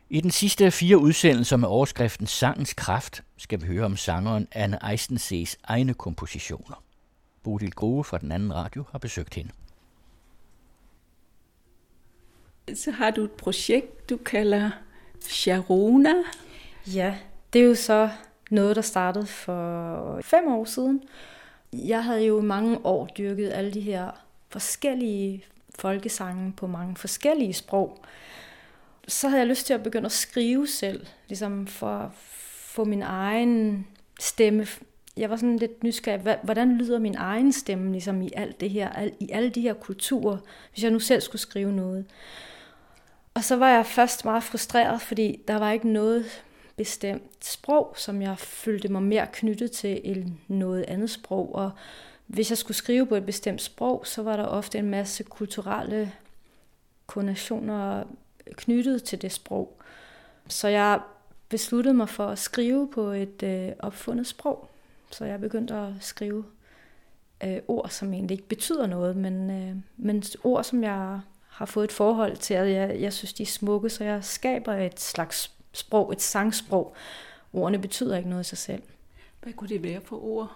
I den sidste af 4 udsendelser med overskriften Sangens Kraft skal vi høre om sangeren Anne Eisdensees egne kompositioner. Bodil Grue fra Den Anden Radio har besøgt hende. Så har du et projekt, du kalder Sharona. Ja, det er jo så noget, der startede for 5 år siden. Jeg havde jo i mange år dyrket alle de her forskellige folkesange på mange forskellige sprog. Så havde jeg lyst til at begynde at skrive selv, ligesom for at få min egen stemme. Jeg var sådan lidt nysgerrig, hvordan lyder min egen stemme ligesom i alt det her, i alle de her kulturer, hvis jeg nu selv skulle skrive noget. Og så var jeg først meget frustreret, fordi der var ikke noget bestemt sprog, som jeg følte mig mere knyttet til end noget andet sprog. Og hvis jeg skulle skrive på et bestemt sprog, så var der ofte en masse kulturelle konnotationer knyttet til det sprog. Så jeg besluttede mig for at skrive på et opfundet sprog. Så jeg begyndte at skrive ord, som egentlig ikke betyder noget, men ord, som jeg har fået et forhold til, at jeg synes, de er smukke, så jeg skaber et slags sprog, et sangsprog. Ordene betyder ikke noget i sig selv. Hvad kunne det være for ord?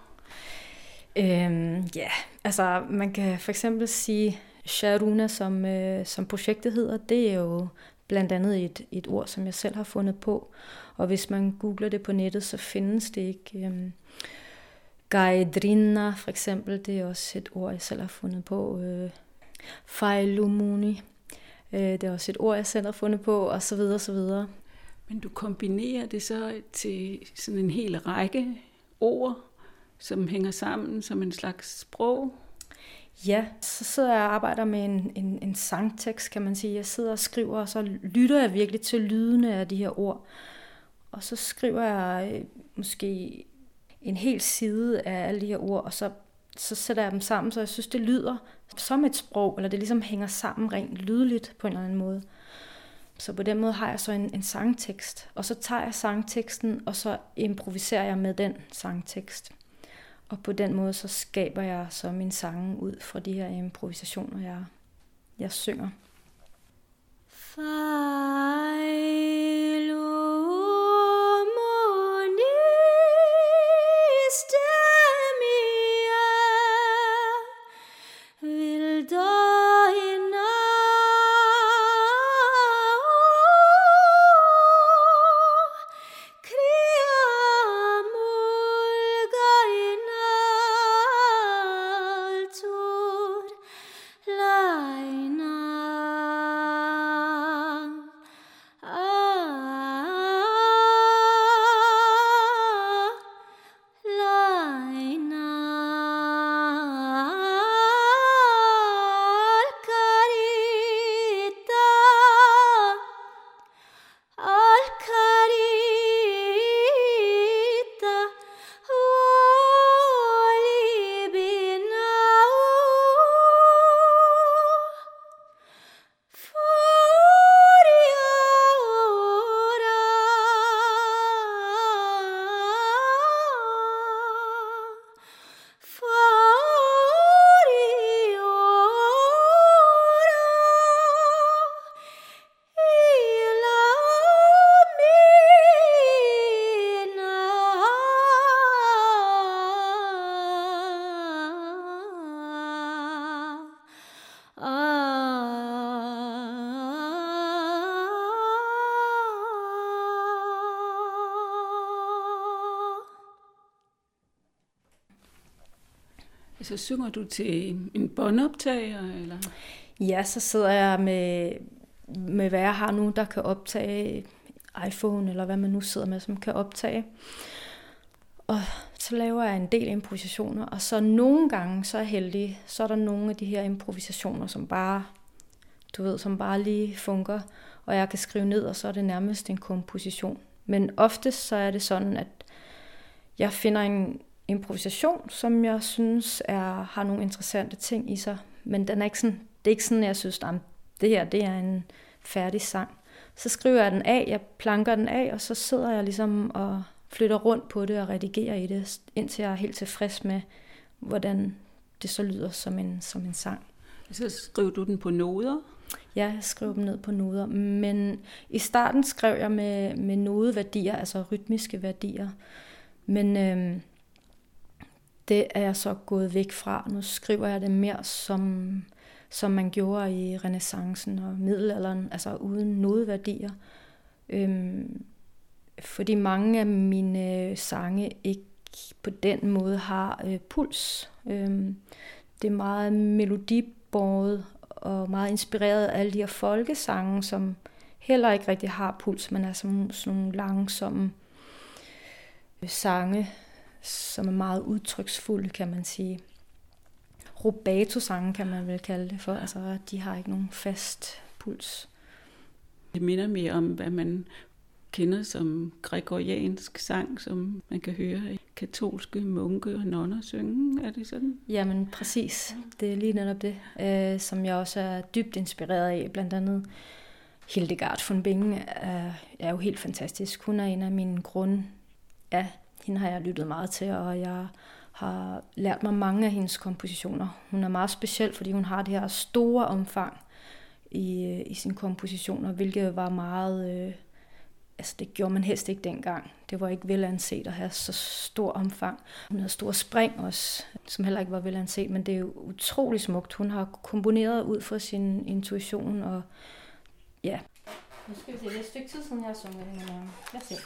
Altså man kan for eksempel sige Sharona, som projektet hedder, det er jo blandt andet et ord, som jeg selv har fundet på. Og hvis man googler det på nettet, så findes det ikke. Gaidrina for eksempel, det er også et ord, jeg selv har fundet på. Failumuni, det er også et ord, jeg selv har fundet på, og så videre, så videre. Men du kombinerer det så til sådan en hel række ord, som hænger sammen som en slags sprog? Ja, så sidder jeg og arbejder med en sangtekst, kan man sige. Jeg sidder og skriver, og så lytter jeg virkelig til lydene af de her ord. Og så skriver jeg måske en hel side af alle de her ord, og så sætter jeg dem sammen, så jeg synes, det lyder som et sprog, eller det ligesom hænger sammen rent lydligt på en eller anden måde. Så på den måde har jeg så en sangtekst, og så tager jeg sangteksten, og så improviserer jeg med den sangtekst. Og på den måde så skaber jeg så mine sange ud fra de her improvisationer, jeg synger. Så synger du til en båndoptager, eller? Ja, så sidder jeg med hvad jeg har nu, der kan optage iPhone, eller hvad man nu sidder med, som kan optage. Og så laver jeg en del improvisationer, og så nogle gange, så er jeg heldig, så er der nogle af de her improvisationer, som bare, som bare lige funker, og jeg kan skrive ned, og så er det nærmest en komposition. Men oftest så er det sådan, at jeg finder en improvisation, som jeg synes har nogle interessante ting i sig, men den er ikke sådan, det er ikke sådan, jeg synes, at det her det er en færdig sang. Så skriver jeg den af, jeg planker den af, og så sidder jeg ligesom og flytter rundt på det og redigerer i det, indtil jeg er helt tilfreds med, hvordan det så lyder som en sang. Så skriver du den på noder? Ja, jeg skriver dem ned på noder. Men i starten skrev jeg med nodeværdier, altså rytmiske værdier. Men det er jeg så gået væk fra. Nu skriver jeg det mere som man gjorde i renæssancen og middelalderen, altså uden nodeværdier. Fordi mange af mine sange ikke på den måde har puls. Det er meget melodibåret og meget inspireret af alle de her folkesange, som heller ikke rigtig har puls, men er sådan nogle langsomme sange, som er meget udtryksfulde, kan man sige. Rubato-sange kan man vel kalde det for, altså de har ikke nogen fast puls. Det minder mere om, hvad man kender som gregoriansk sang, som man kan høre katolske munke og nonner synge. Er det sådan? Jamen præcis. Det er lige netop det, som jeg også er dybt inspireret af. Blandt andet Hildegard von Bingen er jo helt fantastisk. Hun er en af mine ja, hende har jeg lyttet meget til, og jeg har lært mig mange af hendes kompositioner. Hun er meget speciel, fordi hun har det her store omfang i sine kompositioner, hvilket var meget... Altså det gjorde man helst ikke dengang. Det var ikke velanset at have så stor omfang. Hun havde store spring også, som heller ikke var velanset, men det er jo utrolig smukt. Hun har komponeret ud fra sin intuition, og ja. Nu skal vi se, det er et stykke tid siden, jeg har sunget det, men lad os se.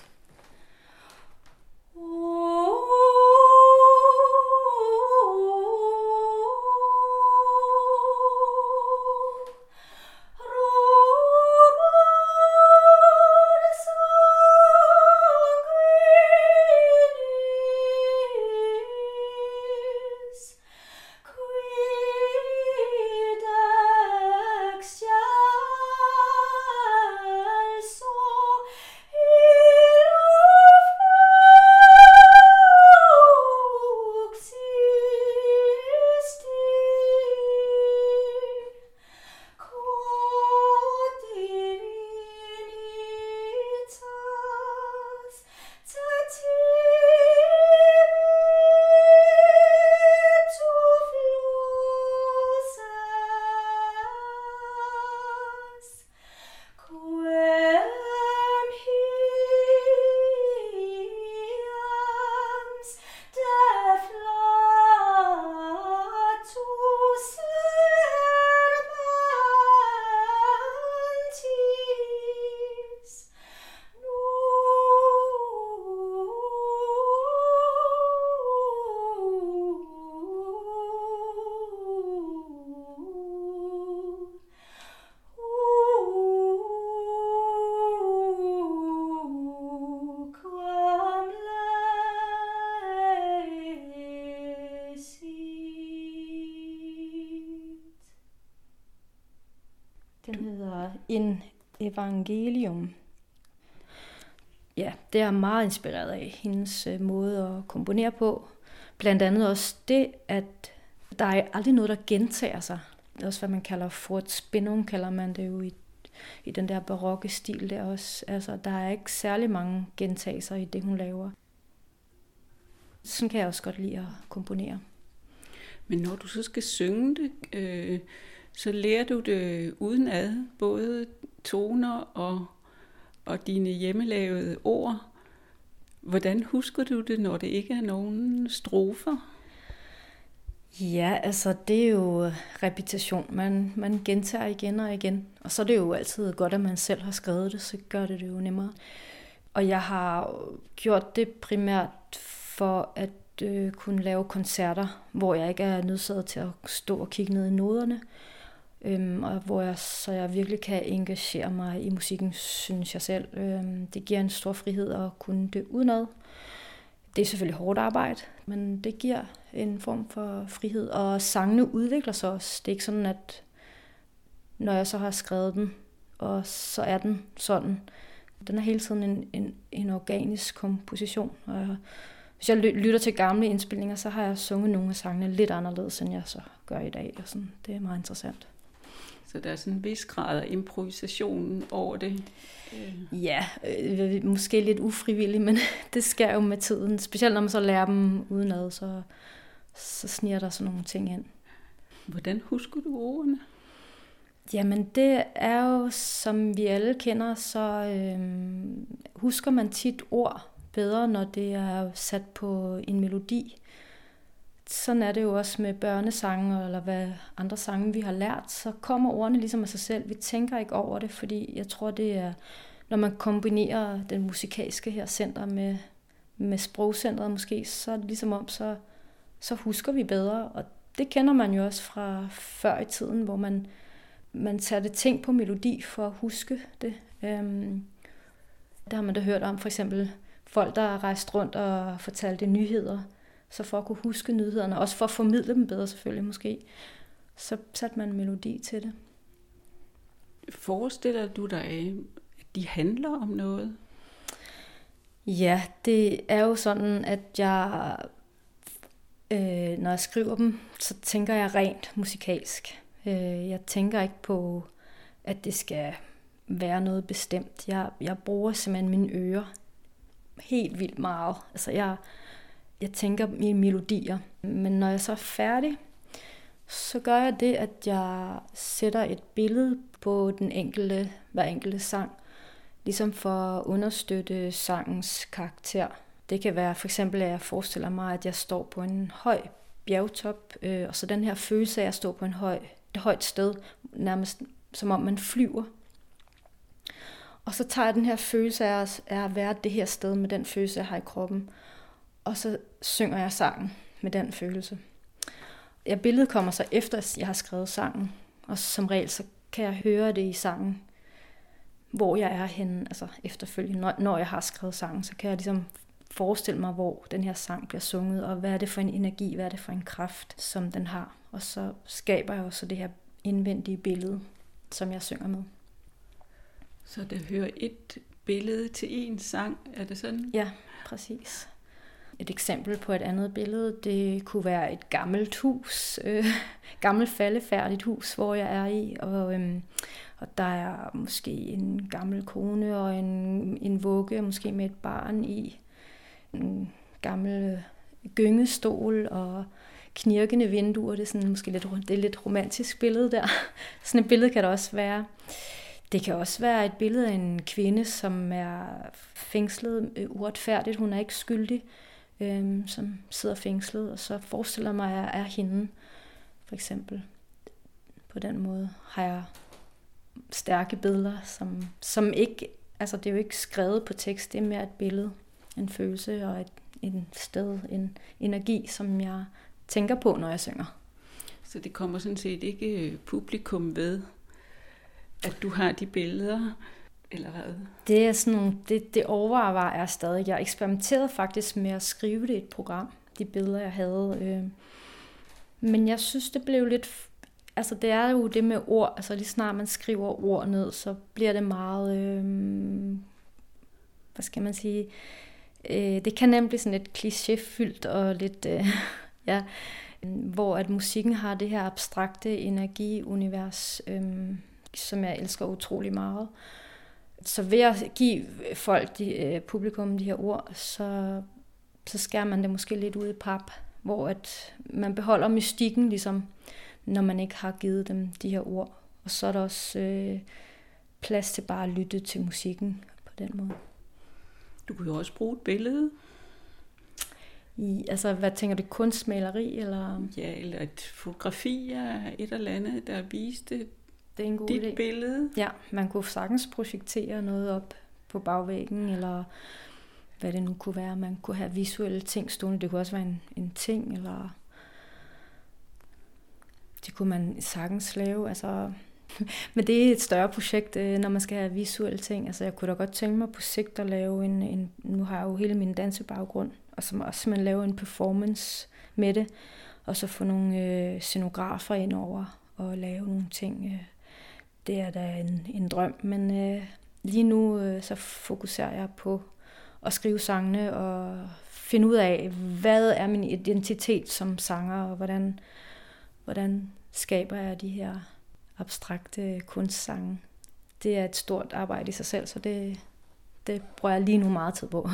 Den hedder En Evangelium. Ja, det er meget inspireret af hendes måde at komponere på. Blandt andet også det, at der er aldrig noget, der gentager sig. Det er også, hvad man kalder fortspindung, kalder man det jo i den der barokke stil der også. Altså, der er ikke særlig mange gentagelser i det, hun laver. Sådan kan jeg også godt lide at komponere. Men når du så skal synge det, så lærer du det udenad, både toner og dine hjemmelavede ord. Hvordan husker du det, når det ikke er nogen strofer? Ja, altså det er jo repetition. Man gentager igen og igen. Og så er det jo altid godt, at man selv har skrevet det, så gør det jo nemmere. Og jeg har gjort det primært for at kunne lave koncerter, hvor jeg ikke er nødsaget til at stå og kigge ned i noderne. Og hvor jeg virkelig kan engagere mig i musikken, synes jeg selv. Det giver en stor frihed at kunne det udenad. Det er selvfølgelig hårdt arbejde, men det giver en form for frihed. Og sangene udvikler sig også. Det er ikke sådan, at når jeg så har skrevet den, og så er den sådan. Den er hele tiden en organisk komposition. Og hvis jeg lytter til gamle indspilninger, så har jeg sunget nogle af sangene lidt anderledes, end jeg så gør i dag. Og sådan. Det er meget interessant. Så der er sådan en vis grad af improvisation over det? Ja, måske lidt ufrivilligt, men det sker jo med tiden. Specielt når man så lærer dem udenad, så sniger der sådan nogle ting ind. Hvordan husker du ordene? Jamen det er jo, som vi alle kender, så husker man tit ord bedre, når det er sat på en melodi. Sådan er det jo også med børnesange, eller hvad andre sange vi har lært, så kommer ordene ligesom af sig selv. Vi tænker ikke over det, fordi jeg tror, det er, når man kombinerer den musikalske her center med sprogcentret måske, så er det ligesom om, så husker vi bedre. Og det kender man jo også fra før i tiden, hvor man satte ting på melodi for at huske det. Der har man da hørt om for eksempel folk, der har rejst rundt og fortalte nyheder, så for at kunne huske nyhederne, også for at formidle dem bedre selvfølgelig måske, så satte man en melodi til det. Forestiller du dig, at de handler om noget? Ja, det er jo sådan, at jeg, når jeg skriver dem, så tænker jeg rent musikalsk. Jeg tænker ikke på, at det skal være noget bestemt. Jeg bruger simpelthen mine ører helt vildt meget. Altså jeg tænker i melodier. Men når jeg så er færdig, så gør jeg det, at jeg sætter et billede på hver enkelte sang, ligesom for at understøtte sangens karakter. Det kan være for eksempel, at jeg forestiller mig, at jeg står på en høj bjergtop, og så den her følelse af at stå på et højt sted, nærmest som om man flyver. Og så tager jeg den her følelse af at være det her sted med den følelse, jeg har i kroppen, og så synger jeg sangen med den følelse. Ja, billedet kommer så efter, at jeg har skrevet sangen, og som regel så kan jeg høre det i sangen, hvor jeg er henne, altså efterfølgende. Når jeg har skrevet sangen, så kan jeg ligesom forestille mig, hvor den her sang bliver sunget, og hvad er det for en energi, hvad er det for en kraft, som den har. Og så skaber jeg også det her indvendige billede, som jeg synger med. Så det hører et billede til en sang, er det sådan? Ja, præcis. Et eksempel på et andet billede, det kunne være et gammelt hus, gammelt faldefærdigt hus, hvor jeg er i, og der er måske en gammel kone og en vugge, måske med et barn i, en gammel gyngestol og knirkende vinduer. Det er sådan måske lidt romantisk billede der. Sådan et billede kan det også være. Det kan også være et billede af en kvinde, som er fængslet uretfærdigt. Hun er ikke skyldig, som sidder fængslet, og så forestiller mig, at jeg er hende, for eksempel. På den måde har jeg stærke billeder, som ikke, altså det er jo ikke skrevet på tekst, det er mere et billede, en følelse og en sted, en energi, som jeg tænker på, når jeg synger. Så det kommer sådan set ikke publikum ved, at du har de billeder, eller hvad? Det er sådan nogle, det overvejer jeg stadig. Jeg eksperimenterede faktisk med at skrive det i et program, de billeder, jeg havde. Men jeg synes, det blev lidt, altså det er jo det med ord, altså lige snart man skriver ord ned, så bliver det meget, hvad skal man sige, det kan nemlig blive sådan lidt klichéfyldt og lidt, ja, hvor at musikken har det her abstrakte energiunivers, som jeg elsker utrolig meget. Så ved at give folk, publikum, de her ord, så skærer man det måske lidt ud i pap, hvor at man beholder mystikken, ligesom, når man ikke har givet dem de her ord. Og så er der også plads til bare at lytte til musikken på den måde. Du kunne jo også bruge et billede. Altså, hvad tænker du, kunstmaleri? Eller? Ja, eller et fotografi af et eller andet, der viste det er en god dit idé. Billede. Ja, man kunne sagtens projektere noget op på bagvæggen, eller hvad det nu kunne være. Man kunne have visuelle ting stående. Det kunne også være en ting, eller det kunne man sagtens lave. Altså, men det er et større projekt, når man skal have visuelle ting. Altså, jeg kunne da godt tænke mig på sigt at lave nu har jeg jo hele min dansebaggrund, og så også man lave en performance med det, og så få nogle scenografer ind over og lave nogle ting. Det er da en drøm, men lige nu så fokuserer jeg på at skrive sangene og finde ud af, hvad er min identitet som sanger, og hvordan skaber jeg de her abstrakte kunstsange. Det er et stort arbejde i sig selv, så det bruger jeg lige nu meget tid på.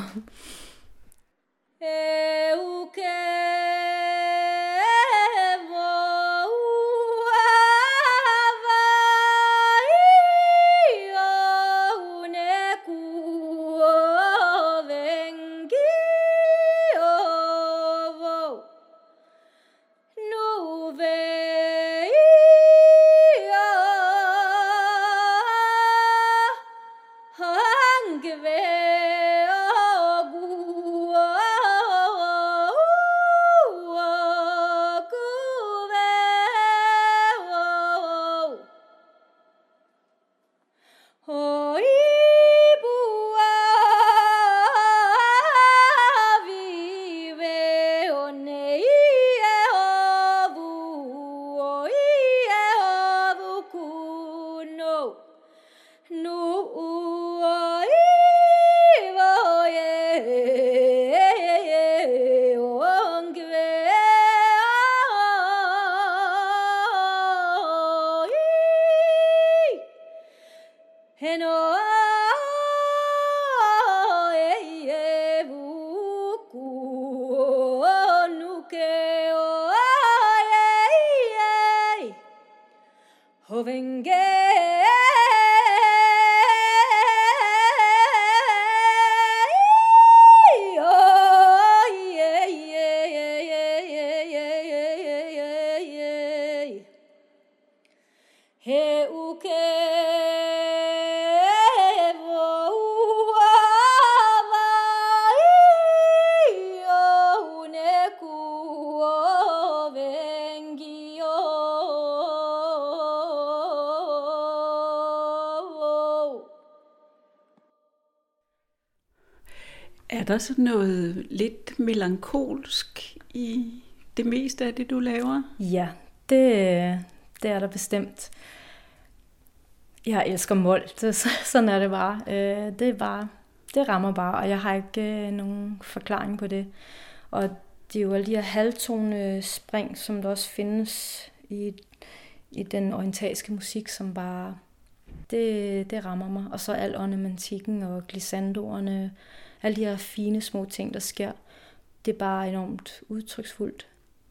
Er der så noget lidt melankolsk i det meste af det, du laver? Ja, det er der bestemt. Jeg elsker mol, sådan er det bare. Det rammer bare, og jeg har ikke nogen forklaring på det. Og det er jo alle de her halvtone spring, som der også findes i den orientalske musik, som bare, det rammer mig. Og så al ornamentikken og glissandoerne, alle de her fine små ting, der sker, det er bare enormt udtryksfuldt.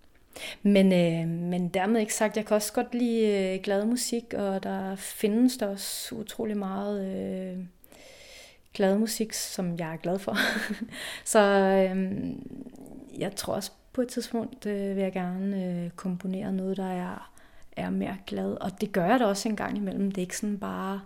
Men dermed ikke sagt, jeg kan også godt lide glad musik, og der findes der også utrolig meget glad musik, som jeg er glad for. Så jeg tror også på et tidspunkt vil jeg gerne komponere noget, der er mere glad. Og det gør jeg da også en gang imellem. Det er ikke sådan bare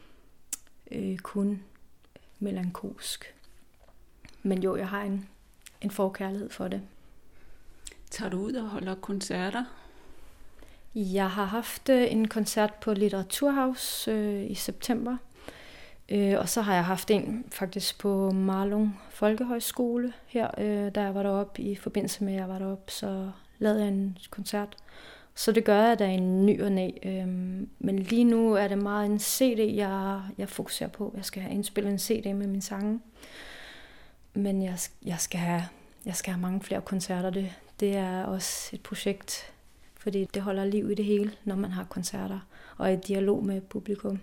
kun melankolsk. Men jo, jeg har en forkærlighed for det. Tager du ud og holder koncerter? Jeg har haft en koncert på Litteraturhaus i september. Og så har jeg haft en faktisk på Malung Folkehøjskole her, da jeg var deroppe. I forbindelse med, at jeg var deroppe, så lavede jeg en koncert. Så det gør jeg da en ny og næ. Men lige nu er det meget en CD, jeg fokuserer på. Jeg skal have indspillet en CD med mine sange. Men jeg skal have mange flere koncerter. Det er også et projekt, fordi det holder liv i det hele, når man har koncerter og er i dialog med publikum.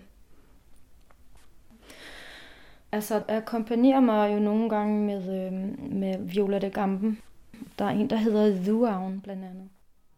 Altså, jeg akkompagnerer mig jo nogle gange med Viola da Gamben. Der er en, der hedder Duavn, blandt andet.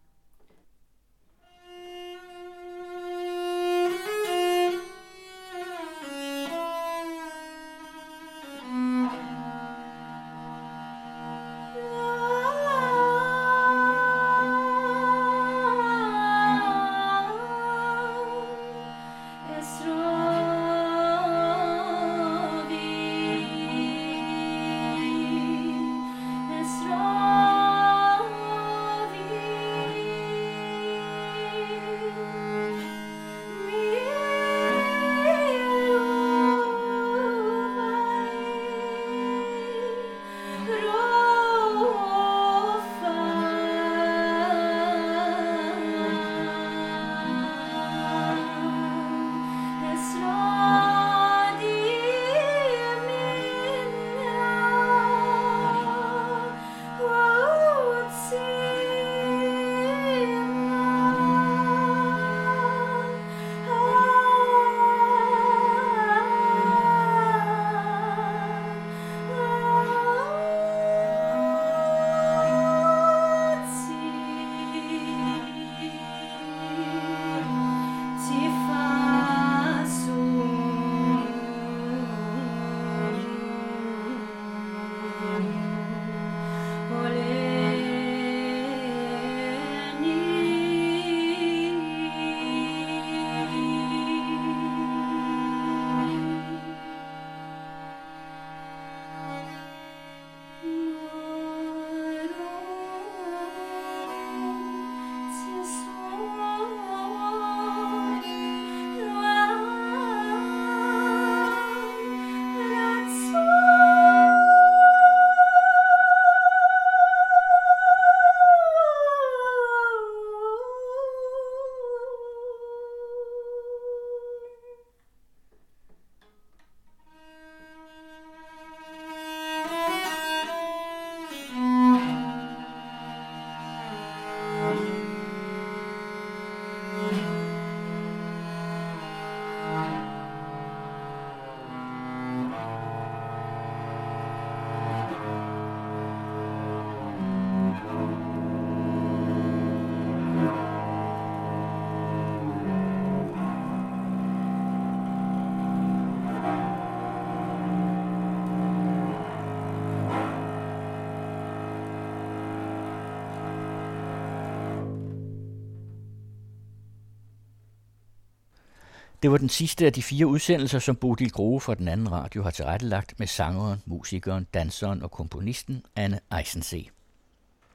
Det var den sidste af de 4 udsendelser, som Bodil Grue fra den anden radio har tilrettelagt med sangeren, musikeren, danseren og komponisten Anne Eisensee.